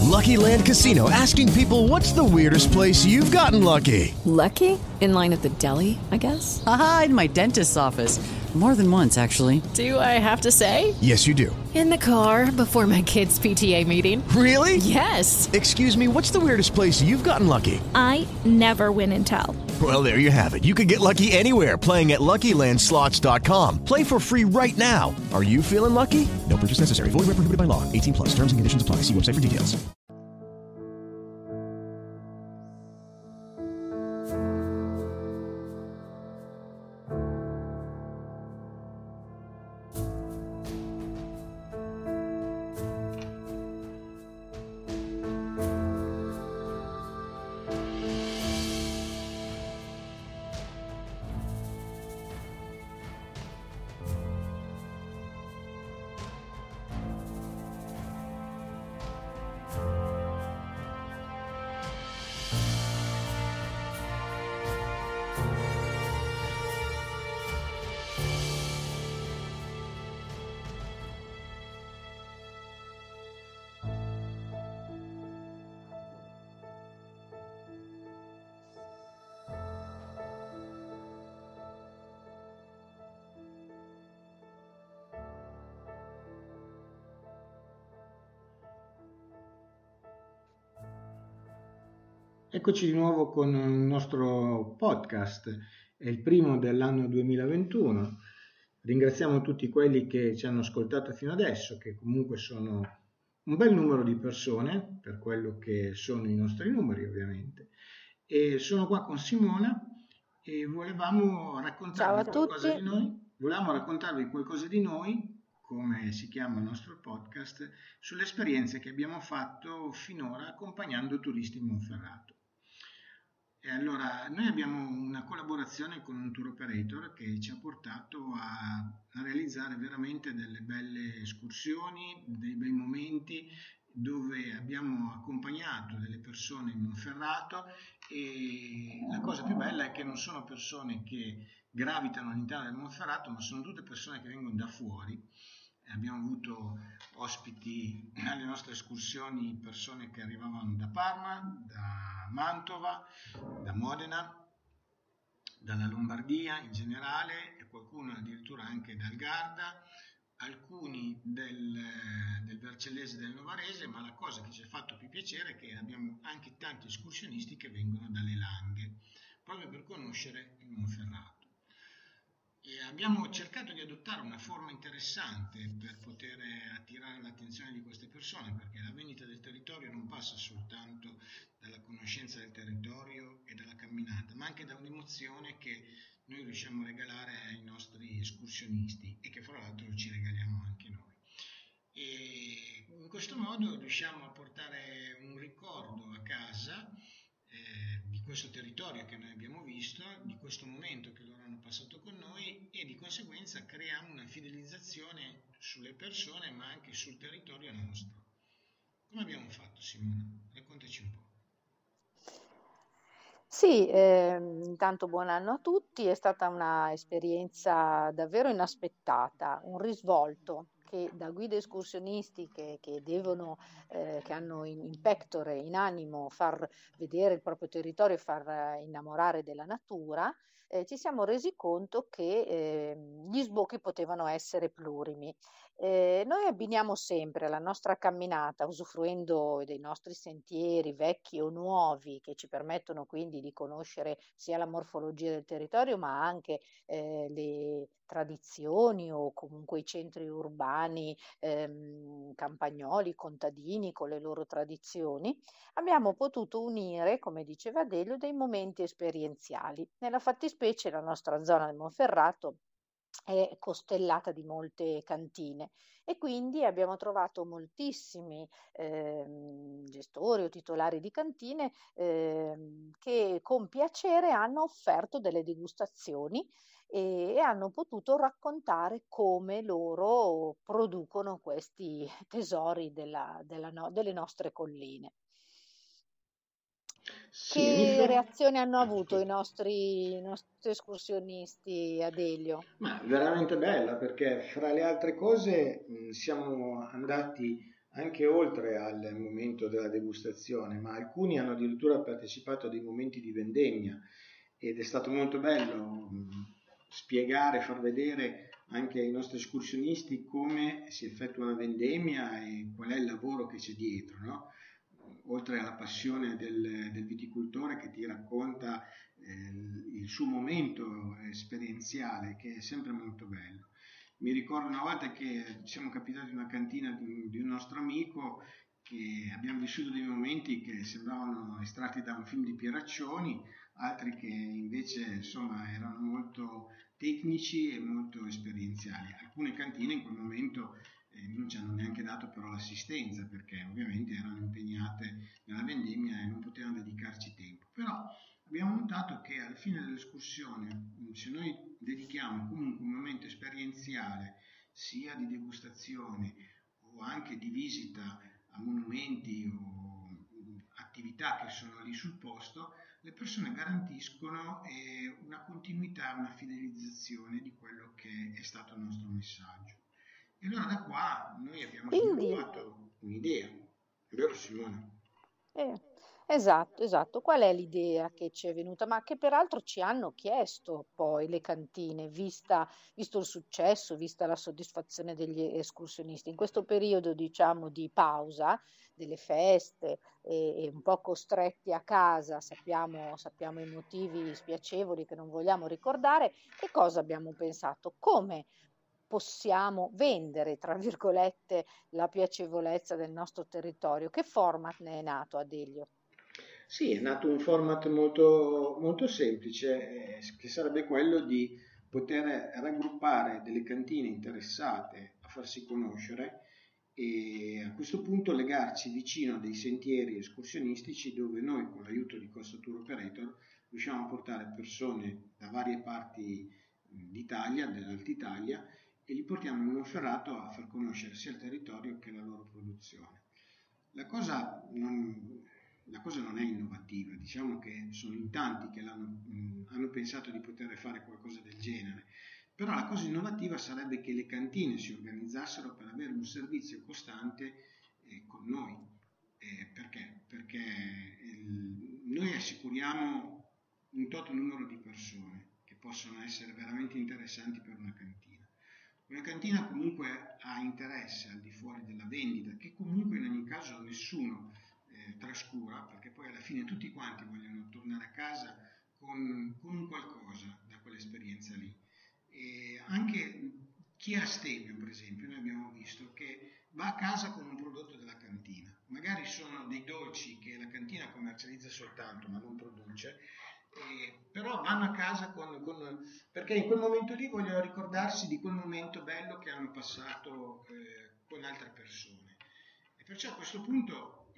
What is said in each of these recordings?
Lucky Land Casino, asking people, what's the weirdest place you've gotten lucky? Lucky? In line at the deli, I guess? Aha, in my dentist's office. More than once, actually. Do I have to say? Yes, you do. In the car before my kids' PTA meeting. Really? Yes. Excuse me, what's the weirdest place you've gotten lucky? I never win and tell. Well, there you have it. You can get lucky anywhere, playing at LuckyLandSlots.com. Play for free right now. Are you feeling lucky? No purchase necessary. Void where prohibited by law. 18 plus. Terms and conditions apply. See website for details. Eccoci di nuovo con il nostro podcast, è il primo dell'anno 2021. Ringraziamo tutti quelli che ci hanno ascoltato fino adesso, che comunque sono un bel numero di persone, per quello che sono i nostri numeri ovviamente. E sono qua con Simona e volevamo raccontarvi qualcosa di noi. Volevamo raccontarvi qualcosa di noi, come si chiama il nostro podcast, sulle esperienze che abbiamo fatto finora accompagnando turisti in Monferrato. E allora noi abbiamo una collaborazione con un tour operator che ci ha portato a realizzare veramente delle belle escursioni, dei bei momenti dove abbiamo accompagnato delle persone in Monferrato, e la cosa più bella è che non sono persone che gravitano all'interno del Monferrato, ma sono tutte persone che vengono da fuori. Abbiamo avuto ospiti alle nostre escursioni, persone che arrivavano da Parma, da Mantova, da Modena, dalla Lombardia in generale, e qualcuno addirittura anche dal Garda, alcuni del Vercellese e del Novarese, ma la cosa che ci ha fatto più piacere è che abbiamo anche tanti escursionisti che vengono dalle Langhe, proprio per conoscere il Monferrato. E abbiamo cercato di adottare una forma interessante per poter attirare l'attenzione di queste persone, perché la vendita del territorio non passa soltanto dalla conoscenza del territorio e dalla camminata, ma anche da un'emozione che noi riusciamo a regalare ai nostri escursionisti e che fra l'altro ci regaliamo anche noi. E in questo modo riusciamo a portare un ricordo a casa di questo territorio che noi abbiamo visto, di questo momento che loro hanno passato con noi, e di conseguenza creiamo una fidelizzazione sulle persone ma anche sul territorio nostro. Come abbiamo fatto, Simona? Raccontaci un po'. Sì, intanto buon anno a tutti, è stata una esperienza davvero inaspettata, un risvolto che da guide escursionisti che devono, che hanno in pectore, in animo, far vedere il proprio territorio e far innamorare della natura, ci siamo resi conto che gli sbocchi potevano essere plurimi. Noi abbiniamo sempre la nostra camminata, usufruendo dei nostri sentieri vecchi o nuovi, che ci permettono quindi di conoscere sia la morfologia del territorio, ma anche le tradizioni o comunque i centri urbani, campagnoli, contadini con le loro tradizioni. Abbiamo potuto unire, come diceva Delio, dei momenti esperienziali. Nella fattispecie la nostra zona del Monferrato è costellata di molte cantine e quindi abbiamo trovato moltissimi gestori o titolari di cantine che con piacere hanno offerto delle degustazioni e hanno potuto raccontare come loro producono questi tesori delle nostre colline. Sì, Che reazione hanno avuto i nostri escursionisti, Adelio? Ma veramente bella, perché fra le altre cose siamo andati anche oltre al momento della degustazione, ma alcuni hanno addirittura partecipato a dei momenti di vendemmia ed è stato molto bello spiegare, far vedere anche ai nostri escursionisti come si effettua una vendemmia e qual è il lavoro che c'è dietro, no? Oltre alla passione del viticoltore che ti racconta il suo momento esperienziale, che è sempre molto bello. Mi ricordo una volta che siamo capitati in una cantina di un nostro amico, che abbiamo vissuto dei momenti che sembravano estratti da un film di Pieraccioni, altri che invece insomma erano molto tecnici e molto esperienziali. Alcune cantine in quel momento non ci hanno neanche dato però l'assistenza, perché ovviamente erano impegnate nella vendemmia e non potevano dedicarci tempo. Però abbiamo notato che alla fine dell'escursione, se noi dedichiamo comunque un momento esperienziale, sia di degustazione o anche di visita a monumenti o attività che sono lì sul posto, le persone garantiscono una continuità, una fidelizzazione di quello che è stato il nostro messaggio. E allora da qua noi abbiamo Quindi, sviluppato un'idea, è vero Simone? esatto. Qual è l'idea che ci è venuta? Ma che peraltro ci hanno chiesto poi le cantine, visto il successo, vista la soddisfazione degli escursionisti. In questo periodo, diciamo, di pausa delle feste e un po' costretti a casa, sappiamo i motivi spiacevoli che non vogliamo ricordare, che cosa abbiamo pensato? Come possiamo vendere, tra virgolette, la piacevolezza del nostro territorio? Che format ne è nato, Adelio? Sì, è nato un format molto, molto semplice, che sarebbe quello di poter raggruppare delle cantine interessate a farsi conoscere e a questo punto legarci vicino a dei sentieri escursionistici dove noi, con l'aiuto di Costa Tour Operator, riusciamo a portare persone da varie parti d'Italia, dell'Alta Italia, e li portiamo in Monferrato a far conoscere sia il territorio che la loro produzione. La cosa non è innovativa, diciamo che sono in tanti che hanno pensato di poter fare qualcosa del genere, però la cosa innovativa sarebbe che le cantine si organizzassero per avere un servizio costante con noi. Perché? Perché noi assicuriamo un tot numero di persone che possono essere veramente interessanti per una cantina. Una cantina comunque ha interesse al di fuori della vendita, che comunque in ogni caso nessuno trascura, perché poi alla fine tutti quanti vogliono tornare a casa con un qualcosa da quell'esperienza lì. E anche chi ha Stevio, per esempio, noi abbiamo visto che va a casa con un prodotto della cantina. Magari sono dei dolci che la cantina commercializza soltanto, ma non produce, però vanno a casa perché in quel momento lì vogliono ricordarsi di quel momento bello che hanno passato con altre persone. E perciò a questo punto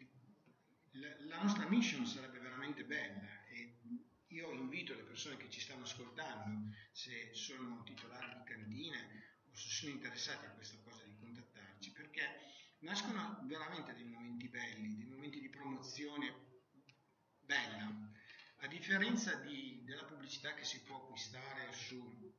la nostra mission sarebbe veramente bella e io invito le persone che ci stanno ascoltando, se sono titolari di cantine o se sono interessati a questa cosa, di contattarci, perché nascono veramente dei momenti belli, dei momenti di promozione bella. A differenza della pubblicità che si può acquistare su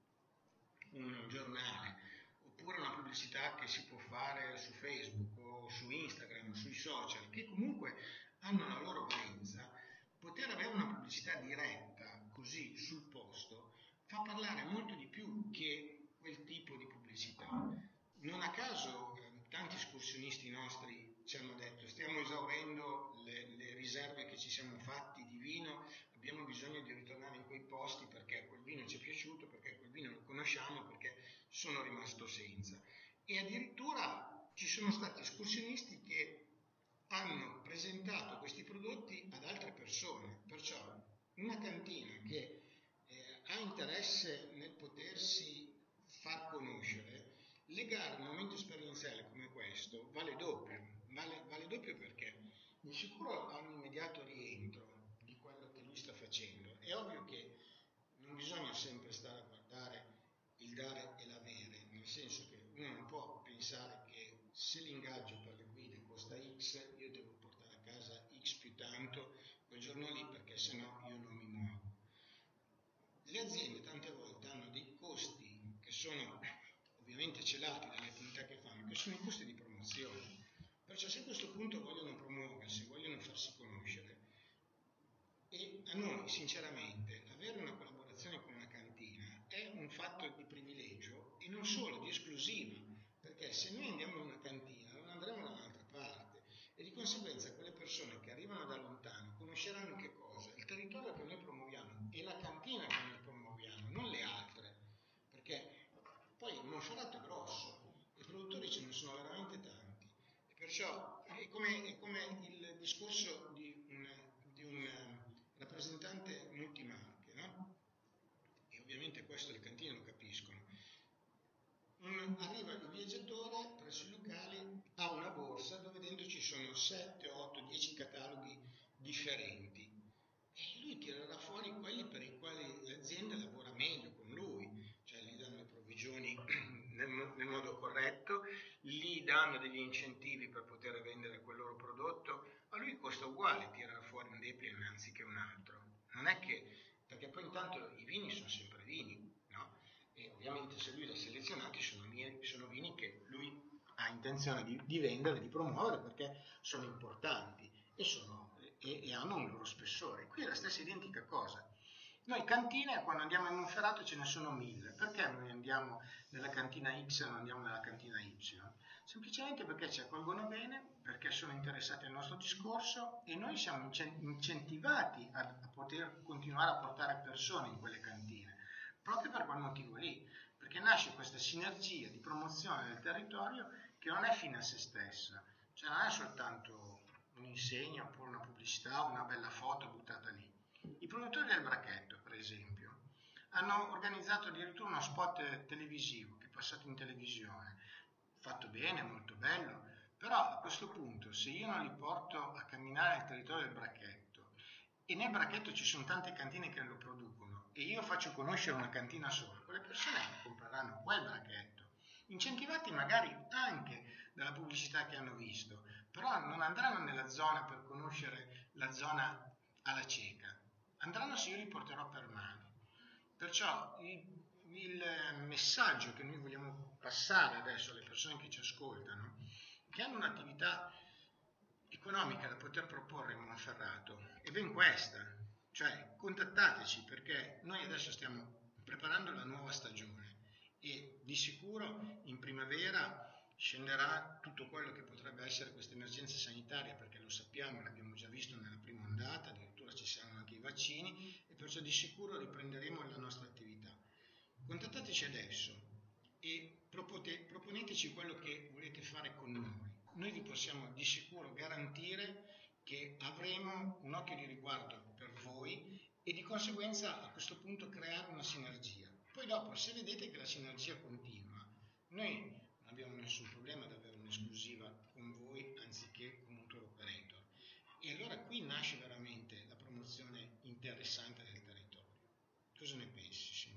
un giornale, oppure una pubblicità che si può fare su Facebook o su Instagram, sui social, che comunque hanno la loro valenza, poter avere una pubblicità diretta così sul posto fa parlare molto di più che quel tipo di pubblicità. Non a caso tanti escursionisti nostri ci hanno detto: stiamo esaurendo le riserve che ci siamo fatti di vino, abbiamo bisogno di ritornare in quei posti perché quel vino ci è piaciuto, perché quel vino lo conosciamo, perché sono rimasto senza. E addirittura ci sono stati escursionisti che hanno presentato questi prodotti ad altre persone. Perciò una cantina che ha interesse nel potersi far conoscere, legare un momento esperienziale come questo vale doppio perché di sicuro ha un immediato rientro di quello che lui sta facendo. È ovvio che non bisogna sempre stare a guardare il dare e l'avere, nel senso che uno non può pensare che se l'ingaggio per le guide costa X, io devo portare a casa X più tanto quel giorno lì, perché sennò io non mi muovo. Le aziende tante volte hanno dei costi che sono ovviamente celati dalle attività che fanno, che sono i costi di promozione. Perciò se a questo punto vogliono promuoversi, vogliono farsi conoscere, e a noi sinceramente avere una collaborazione con una cantina è un fatto di privilegio e non solo di esclusiva, perché se noi andiamo in una cantina non andremo da un'altra parte e di conseguenza quelle persone che arrivano da lontano conosceranno che cosa? Il territorio che noi promuoviamo e la cantina che noi promuoviamo, non le altre, perché poi il Monferrato è grosso, i produttori ce ne sono veramente tanti, e perciò è come il discorso di un rappresentante multimarche, no? E ovviamente questo le cantine lo capiscono. Arriva il viaggiatore presso i locali, ha una borsa dove dentro ci sono 7, 8, 10 cataloghi differenti e lui tirerà fuori quelli per i quali l'azienda lavora meglio con lui, cioè gli danno le provvigioni nel modo corretto, gli danno degli incentivi per poter vendere quel loro prodotto, a lui costa uguale tirare fuori un Deplin anziché un altro. Non è che, perché poi intanto i vini sono sempre vini, no? E ovviamente se lui li ha selezionati sono vini che lui ha intenzione di vendere, di promuovere perché sono importanti e hanno un loro spessore. Qui è la stessa identica cosa. Noi cantine, quando andiamo in Monferrato ce ne sono 1000. Perché noi andiamo nella cantina X e non andiamo nella cantina Y? Semplicemente perché ci accolgono bene, perché sono interessati al nostro discorso e noi siamo incentivati a poter continuare a portare persone in quelle cantine, proprio per quel motivo lì, perché nasce questa sinergia di promozione del territorio che non è fine a se stessa, cioè non è soltanto un'insegna oppure una pubblicità, una bella foto buttata lì. I produttori del Bracchetto, per esempio, hanno organizzato addirittura uno spot televisivo che è passato in televisione, fatto bene, molto bello, però a questo punto se io non li porto a camminare nel territorio del Bracchetto e nel Bracchetto ci sono tante cantine che lo producono e io faccio conoscere una cantina sola, quelle persone compreranno quel Bracchetto, incentivati magari anche dalla pubblicità che hanno visto, però non andranno nella zona per conoscere la zona alla cieca, andranno se io li porterò per mano. Perciò il messaggio che noi vogliamo passare adesso alle persone che ci ascoltano, che hanno un'attività economica da poter proporre in Monferrato, è ben questa, cioè contattateci perché noi adesso stiamo preparando la nuova stagione e di sicuro in primavera scenderà tutto quello che potrebbe essere questa emergenza sanitaria, perché lo sappiamo, l'abbiamo già visto nella prima ondata, addirittura ci saranno anche i vaccini e perciò di sicuro riprenderemo la nostra attività. Contattateci adesso e proponeteci quello che volete fare con noi. Noi vi possiamo di sicuro garantire che avremo un occhio di riguardo per voi e di conseguenza a questo punto creare una sinergia. Poi dopo, se vedete che la sinergia continua, noi non abbiamo nessun problema ad avere un'esclusiva con voi anziché con un tour operator. E allora qui nasce veramente la promozione interessante del territorio. Cosa ne pensi, Simone?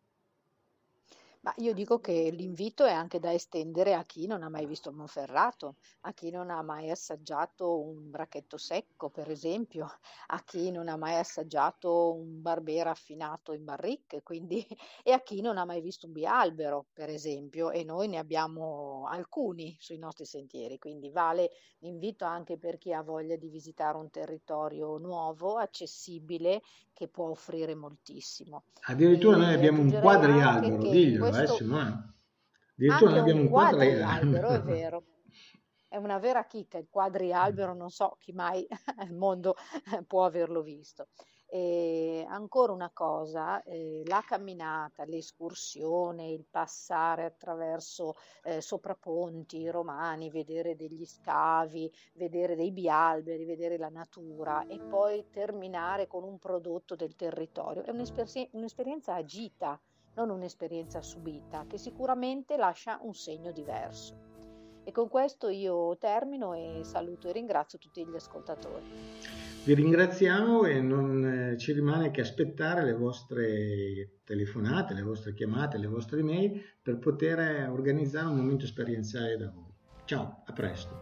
Ma io dico che l'invito è anche da estendere a chi non ha mai visto il Monferrato, a chi non ha mai assaggiato un bracchetto secco, per esempio, a chi non ha mai assaggiato un Barbera affinato in barrique, quindi, e a chi non ha mai visto un bialbero, per esempio, e noi ne abbiamo alcuni sui nostri sentieri, quindi vale l'invito anche per chi ha voglia di visitare un territorio nuovo, accessibile, che può offrire moltissimo. Addirittura noi E abbiamo un aggiungerei anche quadrialbero, che in diglielo, questo Simone. Addirittura noi anche abbiamo un un quadrialbero, è quadrialbero. vero, è una vera chicca il quadrialbero, non so chi mai al mondo può averlo visto. E ancora una cosa, la camminata, l'escursione, il passare attraverso sopraponti romani, vedere degli scavi, vedere dei bialberi, vedere la natura e poi terminare con un prodotto del territorio, è un'esperienza agita, non un'esperienza subita, che sicuramente lascia un segno diverso. E con questo io termino e saluto e ringrazio tutti gli ascoltatori. Vi ringraziamo e non ci rimane che aspettare le vostre telefonate, le vostre chiamate, le vostre email per poter organizzare un momento esperienziale da voi. Ciao, a presto.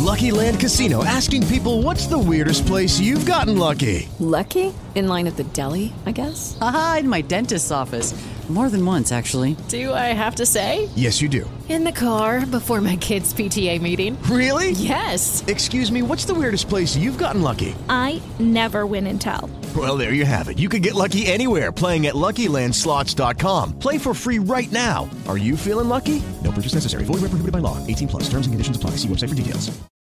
Lucky Land Casino, asking people, what's the weirdest place you've gotten lucky? Lucky? In line at the deli, I guess? Aha, in my dentist's office. More than once, actually. Do I have to say? Yes, you do. In the car before my kids' PTA meeting. Really? Yes. Excuse me, what's the weirdest place you've gotten lucky? I never win and tell. Well, there you have it. You can get lucky anywhere, playing at LuckyLandSlots.com. Play for free right now. Are you feeling lucky? No purchase necessary. Void where prohibited by law. 18 plus. Terms and conditions apply. See website for details.